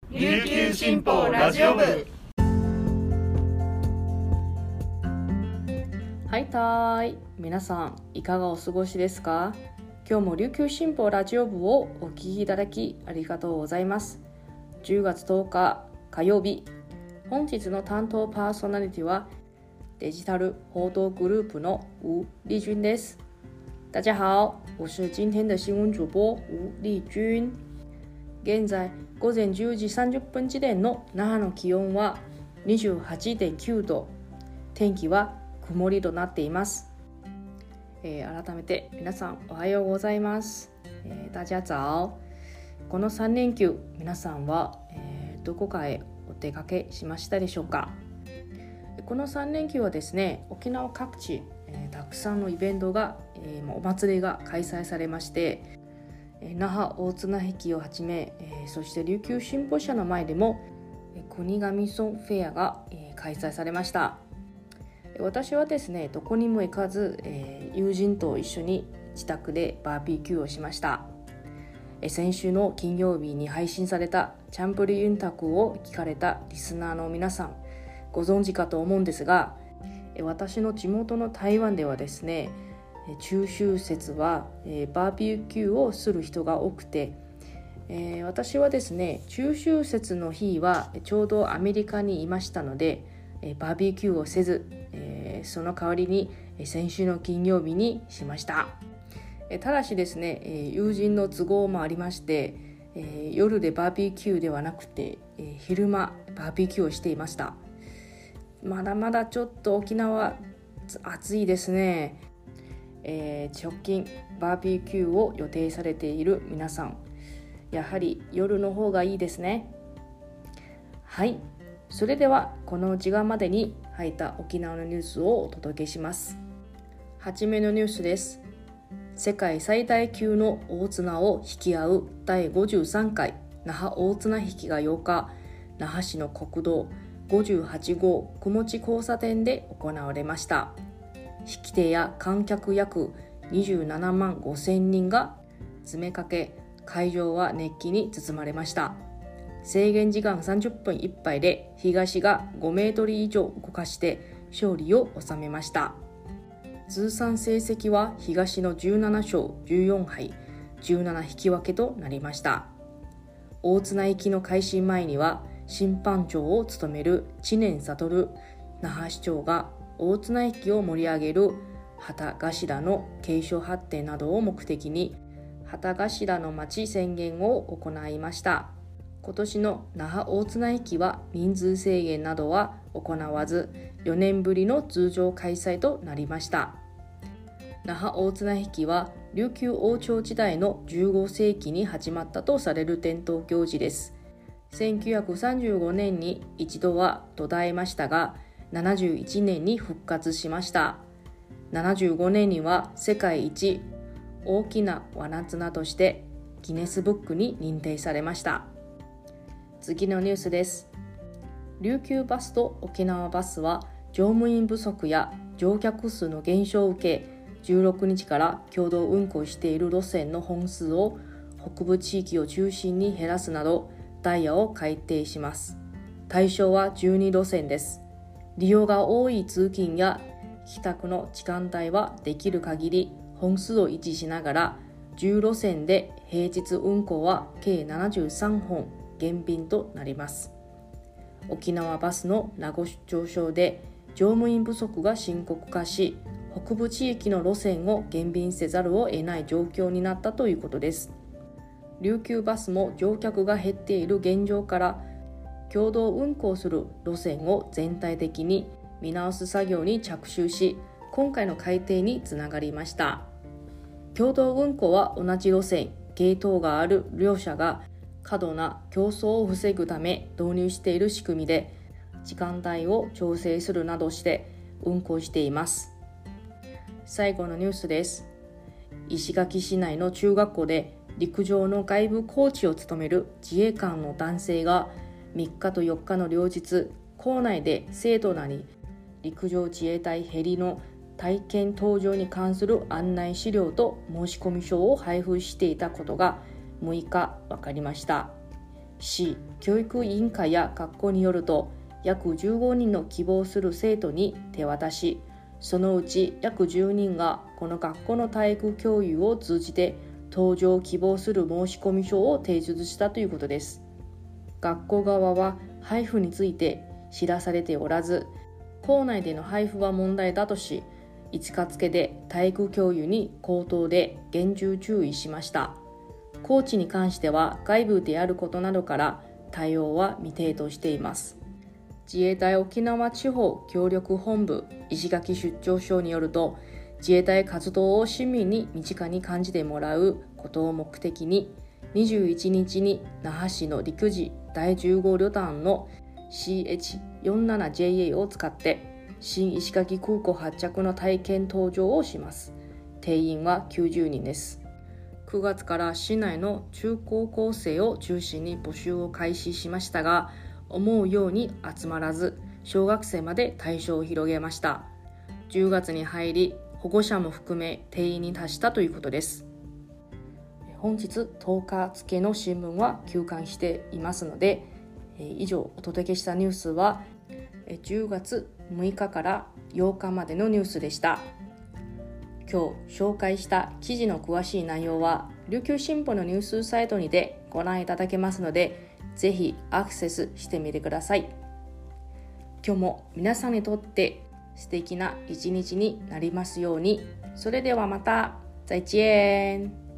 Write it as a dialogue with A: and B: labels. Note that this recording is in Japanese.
A: 琉球新報ラジオ部。
B: はいたーい、皆さんいかがお過ごしですか？今日も琉球新報ラジオ部をお聞きいただきありがとうございます。10月10日火曜日、本日の担当パーソナリティはデジタル報道グループの吴丽君です。大家好，我是今天的新聞主播吴丽君。現在午前10時30分時点の那覇の気温は 28.9 度、天気は曇りとなっています。改めて皆さんおはようございます。大家早。この3連休、皆さんは、どこかへお出かけしましたでしょうか？この3連休はですね、沖縄各地、たくさんのイベントが、お祭りが開催されまして、那覇大綱引をはじめ、そして琉球新報社の前でも国頭村フェアが、開催されました。私はですね、どこにも行かず、友人と一緒に自宅でバーベキューをしました。先週の金曜日に配信されたチャンプリユンタクを聞かれたリスナーの皆さん、ご存知かと思うんですが、私の地元の台湾ではですね、中秋節は、バーベキューをする人が多くて、私はですね、中秋節の日はちょうどアメリカにいましたので、バーベキューをせず、その代わりに先週の金曜日にしました。ただしですね、友人の都合もありまして、夜でバーベキューではなくて、昼間バーベキューをしていました。まだまだちょっと沖縄暑いですね。直近バーベキューを予定されている皆さん、やはり夜の方がいいですね。はい、それではこの時間までに入った沖縄のニュースをお届けします。はじめのニュースです。世界最大級の大綱を引き合う第53回那覇大綱引きが8日、那覇市の国道58号雲地交差点で行われました。引き手や観客約27万5千人が詰めかけ、会場は熱気に包まれました。制限時間30分いっぱいで東が5メートル以上動かして勝利を収めました。通算成績は東の17勝14敗17引き分けとなりました。大綱行きの開始前には審判長を務める知念悟那覇市長が大綱引きを盛り上げる旗頭の継承発展などを目的に旗頭の町宣言を行いました。今年の那覇大綱引きは人数制限などは行わず、4年ぶりの通常開催となりました。那覇大綱引きは琉球王朝時代の15世紀に始まったとされる伝統行事です。1935年に一度は途絶えましたが、71年に復活しました。75年には世界一大きな輪綱としてギネスブックに認定されました。次のニュースです。琉球バスと沖縄バスは乗務員不足や乗客数の減少を受け、16日から共同運行している路線の本数を北部地域を中心に減らすなどダイヤを改定します。対象は12路線です。利用が多い通勤や帰宅の時間帯はできる限り本数を維持しながら、10路線で平日運行は計73本減便となります。沖縄バスの名護上昇で乗務員不足が深刻化し、北部地域の路線を減便せざるを得ない状況になったということです。琉球バスも乗客が減っている現状から共同運行する路線を全体的に見直す作業に着手し、今回の改定につながりました。共同運行は同じ路線、系統がある両社が過度な競争を防ぐため導入している仕組みで、時間帯を調整するなどして運行しています。最後のニュースです。石垣市内の中学校で陸上の外部コーチを務める自衛官の男性が3日と4日の両日、校内で生徒らに陸上自衛隊ヘリの体験搭乗に関する案内資料と申込書を配布していたことが6日分かりました。 市教育委員会や学校によると、約15人の希望する生徒に手渡し、そのうち約10人がこの学校の体育教諭を通じて登場を希望する申込書を提出したということです。学校側は配布について知らされておらず、校内での配布は問題だとし、5日付で体育教諭に口頭で厳重注意しました。コーチに関しては外部であることなどから対応は未定としています。自衛隊沖縄地方協力本部石垣出張所によると、自衛隊活動を市民に身近に感じてもらうことを目的に、21日に那覇市の陸自第15旅団の CH47JA を使って新石垣空港発着の体験搭乗をします。定員は90人です。9月から市内の中高校生を中心に募集を開始しましたが、思うように集まらず、小学生まで対象を広げました。10月に入り、保護者も含め定員に達したということです。本日10日付の新聞は休刊していますので、以上お届けしたニュースは10月6日から8日までのニュースでした。今日紹介した記事の詳しい内容は琉球新報のニュースサイトにてご覧いただけますので、ぜひアクセスしてみてください。今日も皆さんにとって素敵な一日になりますように。それではまた。再见。